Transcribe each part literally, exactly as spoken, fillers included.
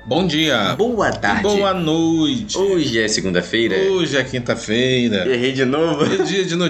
Bom dia. Boa tarde. Boa noite. Hoje é segunda-feira. Hoje é quinta-feira. Errei de novo. É dia de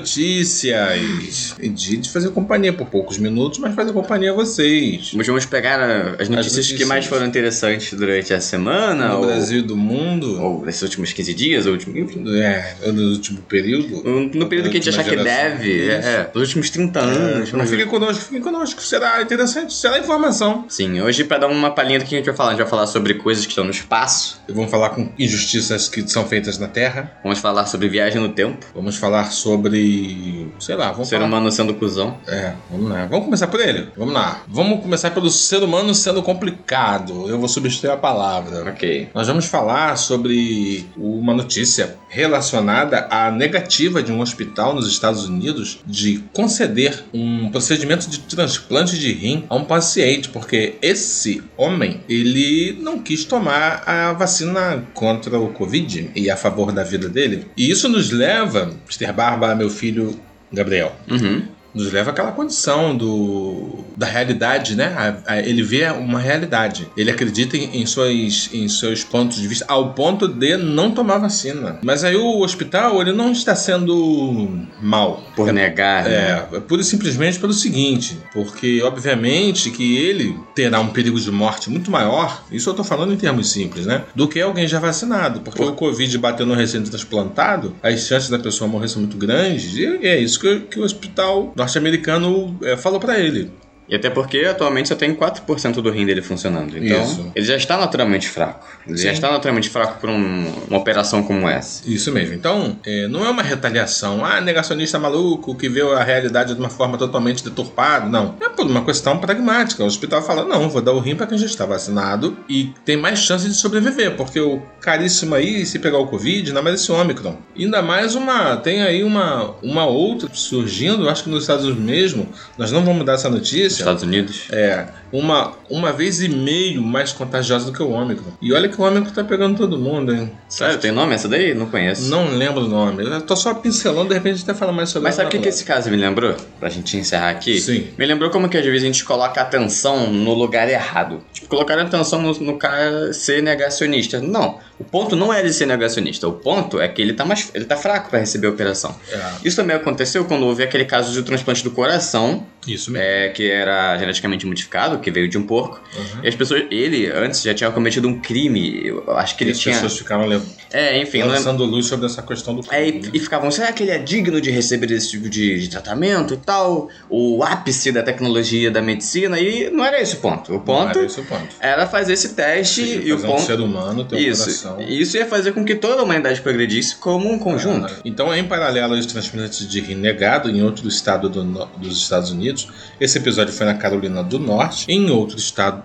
notícias. É dia de fazer companhia por poucos minutos, mas fazer companhia a vocês. Mas vamos pegar as notícias, as notícias que mais foram interessantes durante a semana. No ou... Brasil e do mundo. Ou nesses últimos quinze dias, ou último... enfim. É, no último período. No, no período que a gente achar que deve. É, é, nos últimos trinta anos. É, mas fiquem conosco, fiquem conosco. Será interessante, será informação. Sim, hoje para dar uma palhinha do que a gente vai falar. A gente vai falar sobre coisas que estão no espaço. Vamos falar com injustiças que são feitas na Terra. Vamos falar sobre viagem no tempo. Vamos falar sobre... sei lá, vamos Ser falar... humano sendo cuzão. É, vamos lá. Vamos começar por ele? Vamos lá. Vamos começar pelo ser humano sendo complicado. Eu vou substituir a palavra. Ok. Nós vamos falar sobre uma notícia relacionada à negativa de um hospital nos Estados Unidos de conceder um procedimento de transplante de rim a um paciente, porque esse homem, ele não quis tomar a vacina contra o Covid e a favor da vida dele. E isso nos leva, mister Barba, meu filho Gabriel, Uhum. nos leva àquela condição do, da realidade, né? A, a, ele vê uma realidade. Ele acredita em, em, suas, em seus pontos de vista, ao ponto de não tomar vacina. Mas aí o hospital, ele não está sendo mal. Por é, negar, né? É, pura e simplesmente pelo seguinte, porque obviamente que ele terá um perigo de morte muito maior, isso eu estou falando em termos simples, né? Do que alguém já vacinado, porque Por... o Covid bateu no recém transplantado, as chances da pessoa morrer são muito grandes, e é isso que, que o hospital norte-americano é, falou pra ele. E até porque atualmente só tem quatro por cento do rim dele funcionando. Então, Isso. ele já está naturalmente fraco. Ele Sim. já está naturalmente fraco por um, uma operação como essa. Isso mesmo. Então, é, não é uma retaliação. Ah, negacionista maluco que vê a realidade de uma forma totalmente deturpada. Não. É por uma questão pragmática. O hospital fala, não, vou dar o rim para quem já está vacinado e tem mais chance de sobreviver, porque o caríssimo aí, se pegar o Covid, ainda mais esse Ômicron. Ainda mais uma... tem aí uma, uma outra surgindo, acho que nos Estados Unidos mesmo, nós não vamos dar essa notícia. Estados Unidos? É, uma, uma vez e meio mais contagiosa do que o Ômicron. E olha que o Ômicron tá pegando todo mundo, hein? Sério, tem nome essa daí? Não conheço. Não lembro o nome. Eu tô só pincelando, de repente a gente até fala mais sobre Mas sabe o que, que esse caso me lembrou? Pra gente encerrar aqui? Sim. Me lembrou como que às vezes a gente coloca a atenção no lugar errado. Tipo, colocar a atenção no, no cara ser negacionista. Não. O ponto não é ele ser negacionista. O ponto é que ele tá, mais, ele tá fraco pra receber a operação. É. Isso também aconteceu quando houve aquele caso de transplante do coração. Isso mesmo. É, que era geneticamente modificado, que veio de um porco. Uhum. E as pessoas... Ele, antes, já tinha cometido um crime. Eu acho que e ele as tinha... As pessoas ficaram lev... É, enfim... lançando luz sobre essa questão do crime. É, e, né? E ficavam... Será que ele é digno de receber esse tipo de, de tratamento e tal? O ápice da tecnologia da medicina. E não era esse o ponto. O ponto... Não era esse o ponto. Era fazer esse teste Sim, e o ponto... um ser humano ter isso, um coração. Isso ia fazer com que toda a humanidade progredisse como um conjunto. É, então, em paralelo aos transplantes de rim negado em outro estado do, dos Estados Unidos, esse episódio foi na Carolina do Norte. Em outro estado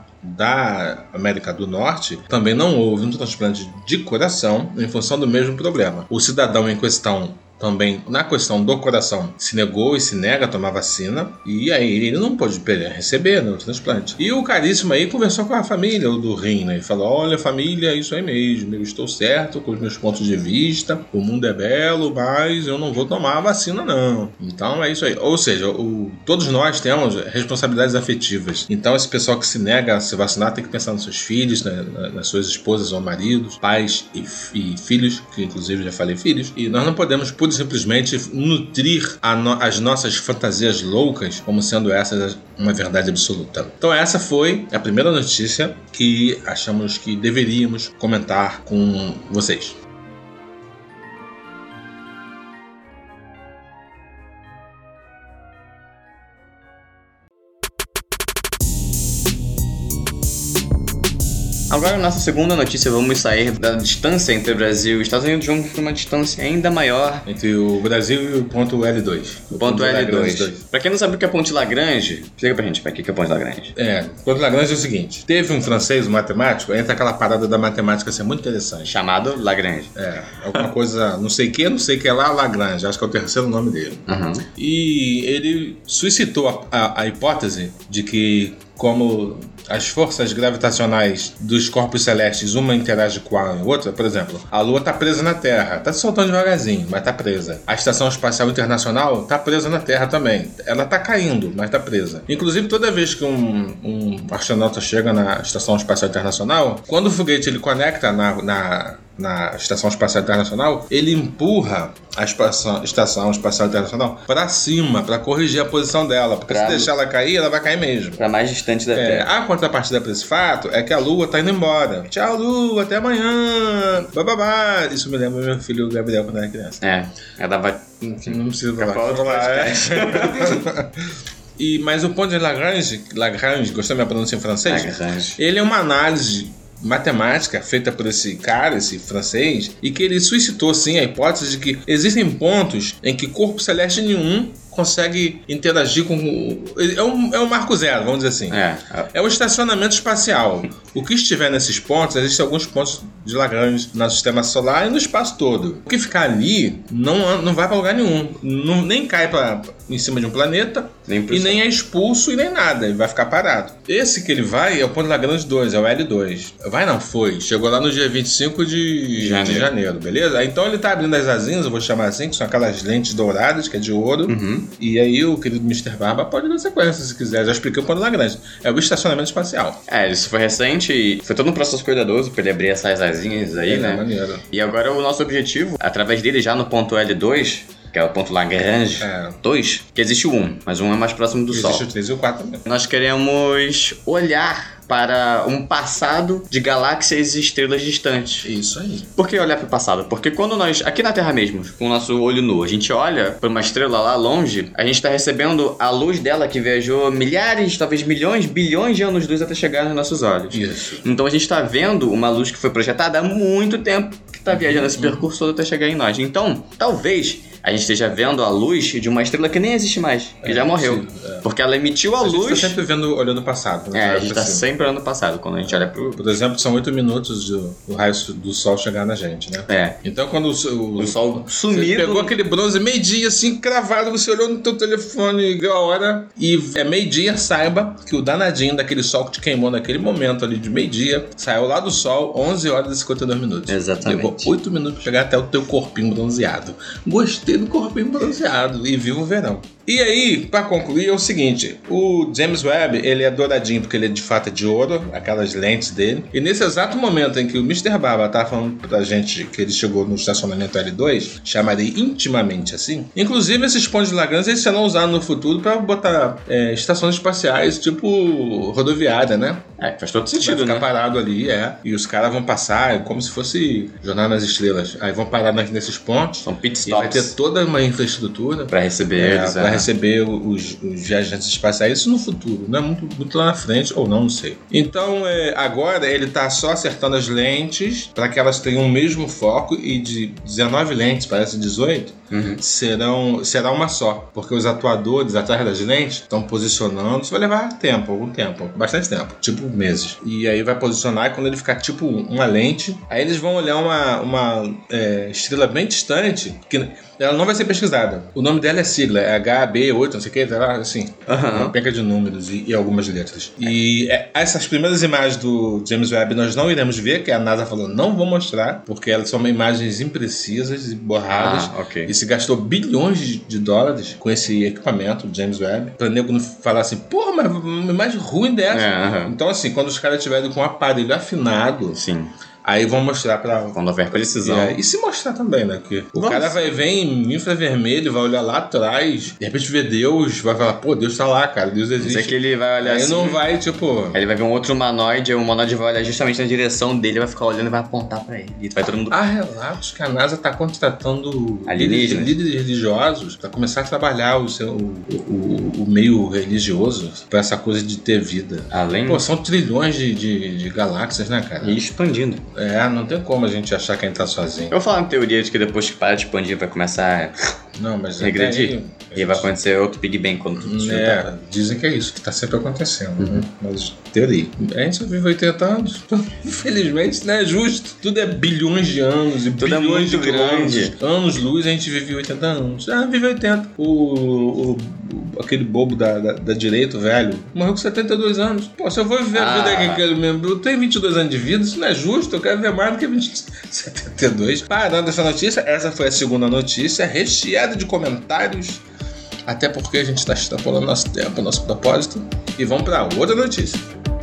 da América do Norte, também não houve um transplante de coração em função do mesmo problema. O cidadão em questão também, na questão do coração, se negou e se nega a tomar vacina, e aí ele não pôde receber, né, o transplante. E o caríssimo aí conversou com a família do rim, né, e falou, olha família, isso aí mesmo, eu estou certo com os meus pontos de vista, o mundo é belo, mas eu não vou tomar a vacina não. Então é isso aí. Ou seja, o, todos nós temos responsabilidades afetivas. Então esse pessoal que se nega a se vacinar tem que pensar nos seus filhos, né, nas suas esposas ou maridos, pais e, e filhos, que inclusive já falei filhos, e nós não podemos simplesmente nutrir no, as nossas fantasias loucas como sendo essa uma verdade absoluta. Então essa foi a primeira notícia que achamos que deveríamos comentar com vocês. Agora, na nossa segunda notícia, vamos sair da distância entre o Brasil e os Estados Unidos, vamos para uma distância ainda maior. Entre o Brasil e o ponto L dois. O ponto L dois. Pra quem não sabe o que é Ponte Lagrange, explica pra gente, pra que é Ponte Lagrange. É, Ponte Lagrange é o seguinte, teve um francês, um matemático, entra aquela parada da matemática ser muito interessante. Chamado Lagrange. É, alguma coisa, não sei o que, não sei o que é lá, Lagrange, acho que é o terceiro nome dele. Uhum. E ele suscitou a, a, a hipótese de que como as forças gravitacionais dos corpos celestes, uma interage com a outra, por exemplo, a Lua tá presa na Terra, tá se soltando devagarzinho, mas tá presa. A Estação Espacial Internacional tá presa na Terra também. Ela tá caindo, mas tá presa. Inclusive, toda vez que um, um astronauta chega na Estação Espacial Internacional, quando o foguete ele conecta na, na na Estação Espacial Internacional, ele empurra a Estação, Estação Espacial Internacional para cima, para corrigir a posição dela, porque pra... se deixar ela cair, ela vai cair mesmo. Para mais distante da é, Terra. A contrapartida para esse fato é que a Lua tá indo embora. Tchau, Lua, até amanhã. Bababá. Isso me lembra meu filho Gabriel quando era criança. É, ela vai... Enfim, não precisa falar. É. E, mas o ponto de Lagrange, Lagrange, gostou da minha pronúncia em francês? Lagrange. Ele é uma análise matemática feita por esse cara, esse francês, e que ele suscitou sim a hipótese de que existem pontos em que corpo celeste nenhum consegue interagir com... É um, é um marco zero, vamos dizer assim. É, é o estacionamento espacial. O que estiver nesses pontos, existem alguns pontos de Lagrange no sistema solar e no espaço todo. O que ficar ali não, não vai para lugar nenhum. Não, nem cai pra, em cima de um planeta nem e nem é expulso e nem nada. Ele vai ficar parado. Esse que ele vai é o ponto de Lagrange dois, é o L dois. Vai não, foi. Chegou lá no dia vinte e cinco de janeiro, de janeiro, beleza? Então ele tá abrindo as asinhas, eu vou chamar assim, que são aquelas lentes douradas, que é de ouro. Uhum. E aí o querido mister Barba pode dar sequência se quiser. Já expliquei o ponto de Lagrange. É o estacionamento espacial. É, isso foi recente e foi todo um processo cuidadoso pra ele abrir essas asinhas aí, é, né? Maneiro. E agora o nosso objetivo, através dele já no ponto L dois, que é o ponto Lagrange é. dois, que existe o um, mas o um é mais próximo do existe Sol. Existe o três e o quatro também. Nós queremos olhar para um passado de galáxias e estrelas distantes. Isso aí. Por que olhar para o passado? Porque quando nós, aqui na Terra mesmo, com o nosso olho nu, a gente olha para uma estrela lá longe, a gente está recebendo a luz dela que viajou milhares, talvez milhões, bilhões de anos-luz até chegar nos nossos olhos. Isso. Então a gente está vendo uma luz que foi projetada há muito tempo, que está viajando esse percurso todo até chegar em nós. Então, talvez a gente esteja vendo a luz de uma estrela que nem existe mais, que é, já morreu. Sim, é. Porque ela emitiu a, a luz... A gente tá sempre vendo, olhando o passado. Né? É, a gente tá sempre olhando o passado, quando a gente olha pro... Por exemplo, são oito minutos do, do raio do Sol chegar na gente, né? É. Então, quando o, o, o Sol sumido... Você pegou aquele bronze meio-dia, assim, cravado, você olhou no teu telefone, viu a hora, e é meio-dia, saiba que o danadinho daquele Sol que te queimou naquele momento ali de meio-dia, saiu lá do Sol, onze horas e cinquenta e dois minutos. Exatamente. Levou oito minutos pra chegar até o teu corpinho bronzeado. Gostei do corpinho bronzeado. E viva o verão. E aí, para concluir, é o seguinte: o James Webb, ele é douradinho porque ele é de fato de ouro, aquelas lentes dele. E nesse exato momento em que o mister Barba tá falando pra gente que ele chegou no estacionamento L dois, chamarei intimamente assim. Inclusive, esses pontos de Lagrange eles serão usados no futuro para botar é, estações espaciais, tipo rodoviária, né? É, faz todo sentido, vai ficar né? parado ali, é. E os caras vão passar como se fosse Jornada nas Estrelas. Aí vão parar nesses pontos. São pit stops. E vai ter toda uma infraestrutura para receber é, eles, pra é. receber os, os viajantes espaciais. Isso no futuro, né? Muito, muito lá na frente, ou não, não sei. Então, é, agora ele tá só acertando as lentes para que elas tenham o mesmo foco, e de dezenove lentes, parece dezoito, uhum. serão, será uma só. Porque os atuadores atrás das lentes estão posicionando. Isso vai levar tempo, algum tempo, bastante tempo, tipo meses. E aí vai posicionar, e quando ele ficar tipo uma lente, aí eles vão olhar uma, uma é, estrela bem distante, que ela não vai ser pesquisada. O nome dela é sigla, é H B oito, não sei o que, assim, uhum. uma penca de números e, e algumas letras. E é, essas primeiras imagens do James Webb nós não iremos ver, que a NASA falou não vou mostrar, porque elas são imagens imprecisas e borradas. Ah, okay. E se gastou bilhões de, de dólares com esse equipamento, James Webb, pra nego não falar assim, porra, mas uma imagem ruim dessa. É, uhum. Então, assim, quando os caras tiverem com um aparelho afinado, sim, aí vão mostrar pra... quando houver precisão. É, e se mostrar também, né? Porque o Vamos. cara vai ver em infravermelho, vai olhar lá atrás, de repente vê Deus, vai falar, pô, Deus tá lá, cara, Deus existe. Isso é que ele vai olhar aí assim... não vai, tipo... Aí ele vai ver um outro humanoide, e o humanoide vai olhar justamente na direção dele, vai ficar olhando e vai apontar pra ele. E vai todo mundo... Há relatos que a NASA tá contratando alienígenas, líderes religiosos pra começar a trabalhar o, seu, o, o, o meio religioso pra essa coisa de ter vida. Além... Pô, são trilhões de, de, de galáxias, né, cara? E expandindo. É, não tem como a gente achar que a gente tá sozinho. Eu vou falar uma teoria de que depois que para de expandir vai começar a Não, mas regredir. aí, e vai acontecer outro Big Bang quando tudo se é, juntar. dizem que é isso que está sempre acontecendo, Uhum. né? Mas teoria. A gente só vive oitenta anos. Infelizmente, não é justo. Tudo é bilhões de anos e Tudo é bilhões muito de grande. anos. Anos-luz, a gente vive oitenta anos. Ah, vive oitenta. O, o, o- aquele bobo da, da, da direita, o velho, morreu com setenta e dois anos. Pô, se eu vou viver a Ah. vida que aquele mesmo, eu tenho vinte e dois anos de vida, isso não é justo. Eu quero ver mais do que vinte, setenta e dois. Parando essa notícia, essa foi a segunda notícia, recheada de comentários. Até porque a gente está extrapolando nosso tempo, nosso propósito. E vamos para outra notícia.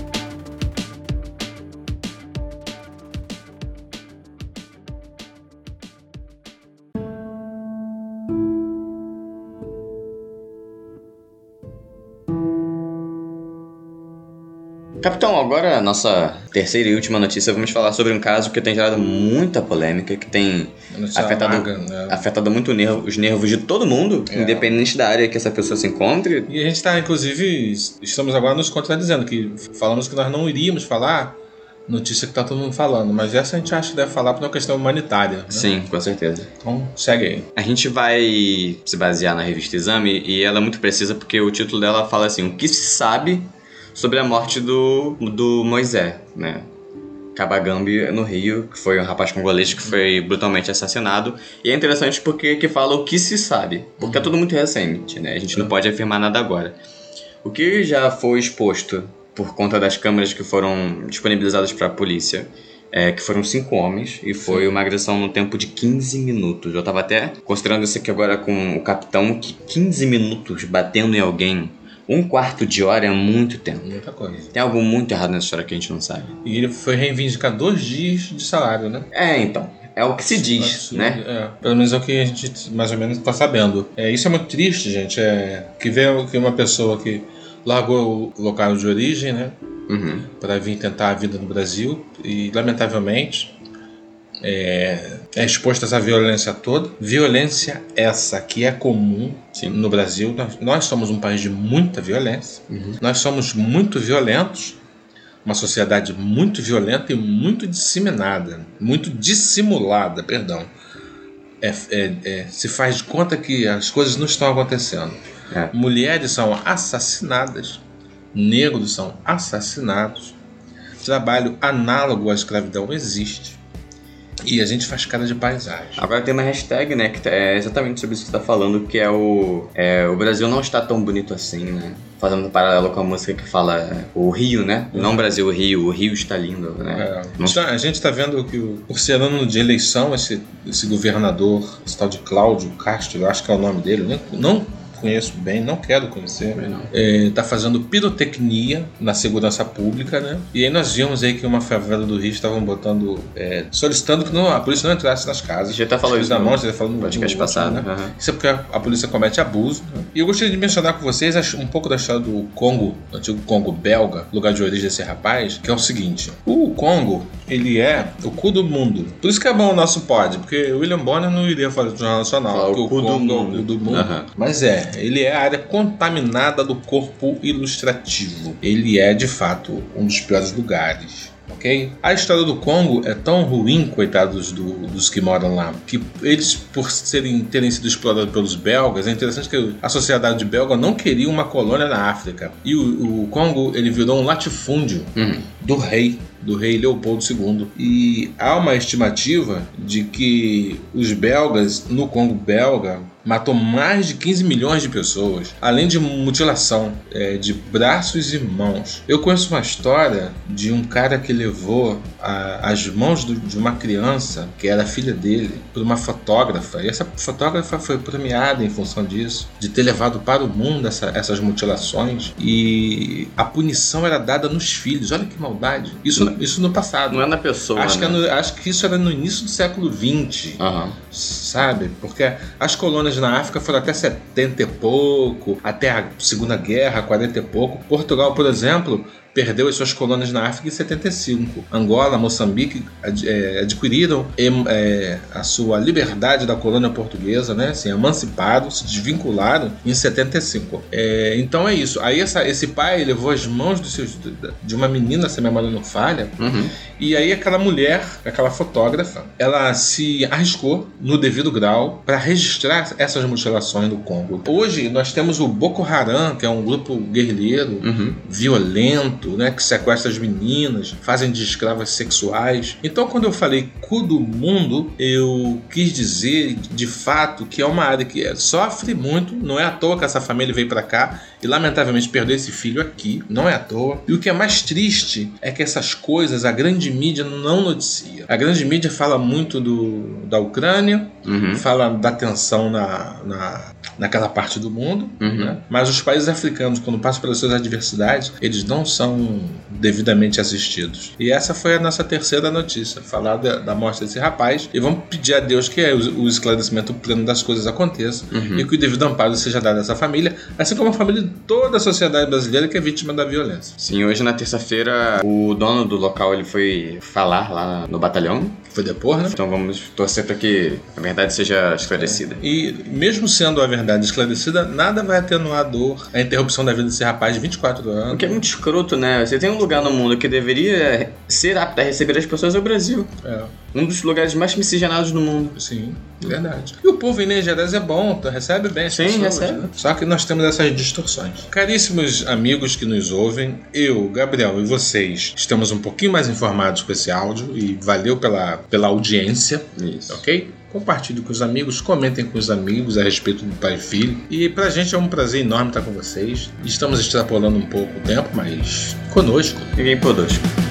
Capitão, agora a nossa terceira e última notícia, vamos falar sobre um caso que tem gerado muita polêmica, que tem Notícia afetado, amarga, né? afetado muito o nervo- os nervos de todo mundo, É. independente da área que essa pessoa se encontre. E a gente está, inclusive, estamos agora nos contradizendo, que falamos que nós não iríamos falar notícia que está todo mundo falando, mas essa a gente acha que deve falar por uma questão humanitária, né? Sim, com certeza. Então, segue aí. A gente vai se basear na revista Exame e ela é muito precisa porque o título dela fala assim: o que se sabe sobre a morte do, do Moisés, né? Kabagambi, no Rio, que foi um rapaz congolês que foi brutalmente assassinado. E é interessante porque que fala o que se sabe, porque é tudo muito recente, né? A gente não pode afirmar nada agora. O que já foi exposto por conta das câmeras que foram disponibilizadas para a polícia, é, que foram cinco homens, e foi uma agressão no tempo de quinze minutos. Eu tava até considerando isso aqui agora com o capitão, que quinze minutos batendo em alguém, um quarto de hora é muito tempo. Muita coisa. Tem algo muito errado nessa história que a gente não sabe. E ele foi reivindicar dois dias de salário, né? É, então. É o que se diz, Absurdo. né? É, pelo menos é o que a gente mais ou menos está sabendo. É, isso é muito triste, gente. É, que vê que uma pessoa que largou o local de origem, né? Uhum. Para vir tentar a vida no Brasil e, lamentavelmente, é, é exposta a essa violência toda. Violência essa que é comum Sim. no Brasil. Nós, nós somos um país de muita violência. Uhum. Nós somos muito violentos. Uma sociedade muito violenta e muito disseminada. Muito dissimulada, perdão. É, é, é, se faz de conta que as coisas não estão acontecendo. É. Mulheres são assassinadas. Negros são assassinados. Trabalho análogo à escravidão existe. E a gente faz cara de paisagem. Agora tem uma hashtag, né, que é exatamente sobre isso que você tá falando, que é o... É, o Brasil não está tão bonito assim, né? Fazendo um paralelo com a música que fala é, o Rio, né? Não Brasil, o Rio. O Rio está lindo, né? É, Não- está- a gente está vendo que, o- por ser ano de eleição, esse, esse governador, esse tal de Cláudio Castro, eu acho que é o nome dele, eu nem, não conheço bem, não quero conhecer. Não. Está fazendo pirotecnia na segurança pública, né? E aí nós vimos aí que uma favela do Rio estavam botando, é, solicitando que não, a polícia não entrasse nas casas. A gente até falou isso da no mão, você falou no podcast no- passado, né? aham. Isso é porque a, a polícia comete abuso. Né? E eu gostaria de mencionar com vocês acho, um pouco da história do Congo, do antigo Congo belga, lugar de origem desse rapaz, que é o seguinte: o Congo, ele é o cu do mundo. Por isso que é bom o nosso pod, porque o William Bonner não iria falar do Jornal Nacional, Falar o porque cu do Congo é o mundo. cu do mundo. Aham. Mas é, ele é a área contaminada do corpo ilustrativo. Ele é, de fato, um dos piores lugares. Ok? A história do Congo é tão ruim, coitados do- dos que moram lá, que eles, por serem, terem sido explorados pelos belgas, é interessante que a sociedade belga não queria uma colônia na África. E o, o Congo, ele virou um latifúndio Uhum. do rei, do rei Leopoldo segundo. E há uma estimativa de que os belgas, no Congo belga, matou mais de quinze milhões de pessoas, além de mutilação é, de braços e mãos. Eu conheço uma história de um cara que levou a, as mãos do, de uma criança, que era filha dele, para uma fotógrafa. E essa fotógrafa foi premiada em função disso, de ter levado para o mundo essa, essas mutilações. E a punição era dada nos filhos. Olha que maldade. Isso, isso no passado. Não é na pessoa, Acho que, né? é no- acho que isso era no início do século vinte. Aham. Sabe? Porque as colônias na África foram até setenta e pouco, até a Segunda Guerra, quarenta e pouco. Portugal, por exemplo, perdeu as suas colônias na África em setenta e cinco. Angola, Moçambique ad, é, adquiriram é, a sua liberdade da colônia portuguesa, né? Se emanciparam, se desvincularam em setenta e cinco. É, então é isso. Aí essa, esse pai levou as mãos dos seus, de uma menina, se a memória não falha, uhum. e aí aquela mulher, aquela fotógrafa, ela se arriscou no devido grau para registrar essas mutilações no Congo. Hoje nós temos o Boko Haram, que é um grupo guerrilheiro, uhum. violento, né, que sequestra as meninas, fazem de escravas sexuais. Então, quando eu falei cu do mundo, eu quis dizer, de fato, que é uma área que sofre muito. Não é à toa que essa família veio para cá e, lamentavelmente, perdeu esse filho aqui. Não é à toa. E o que é mais triste é que essas coisas a grande mídia não noticia. A grande mídia fala muito do, da Ucrânia, uhum. fala da tensão na, na, naquela parte do mundo, uhum. né? Mas os países africanos, quando passam pelas suas adversidades, eles não são devidamente assistidos. E essa foi a nossa terceira notícia, falar da, da morte desse rapaz, e vamos pedir a Deus que o, o esclarecimento pleno das coisas aconteça, uhum. e que o devido amparo seja dado a essa família, assim como a família de toda a sociedade brasileira que é vítima da violência. Sim, hoje na terça-feira o dono do local ele foi falar lá no batalhão. Foi depor, né? Então vamos torcer para que a verdade seja esclarecida. É. E mesmo sendo a verdade esclarecida, nada vai atenuar a dor, a interrupção da vida desse rapaz de vinte e quatro anos. O que é muito escroto, né? Você tem um lugar no mundo que deveria ser apto a receber as pessoas, é o Brasil. É. Um dos lugares mais miscigenados do mundo. Sim, verdade. E o povo em Minas Gerais é bom, recebe bem as Sim, pessoas. recebe. Né? Só que nós temos essas distorções. Caríssimos amigos que nos ouvem, eu, Gabriel e vocês estamos um pouquinho mais informados com esse áudio e valeu pela, pela audiência. Isso. Ok? Compartilhe com os amigos, comentem com os amigos a respeito do pai e filho. E pra gente é um prazer enorme estar com vocês. Estamos extrapolando um pouco o tempo, mas conosco. Ninguém conosco.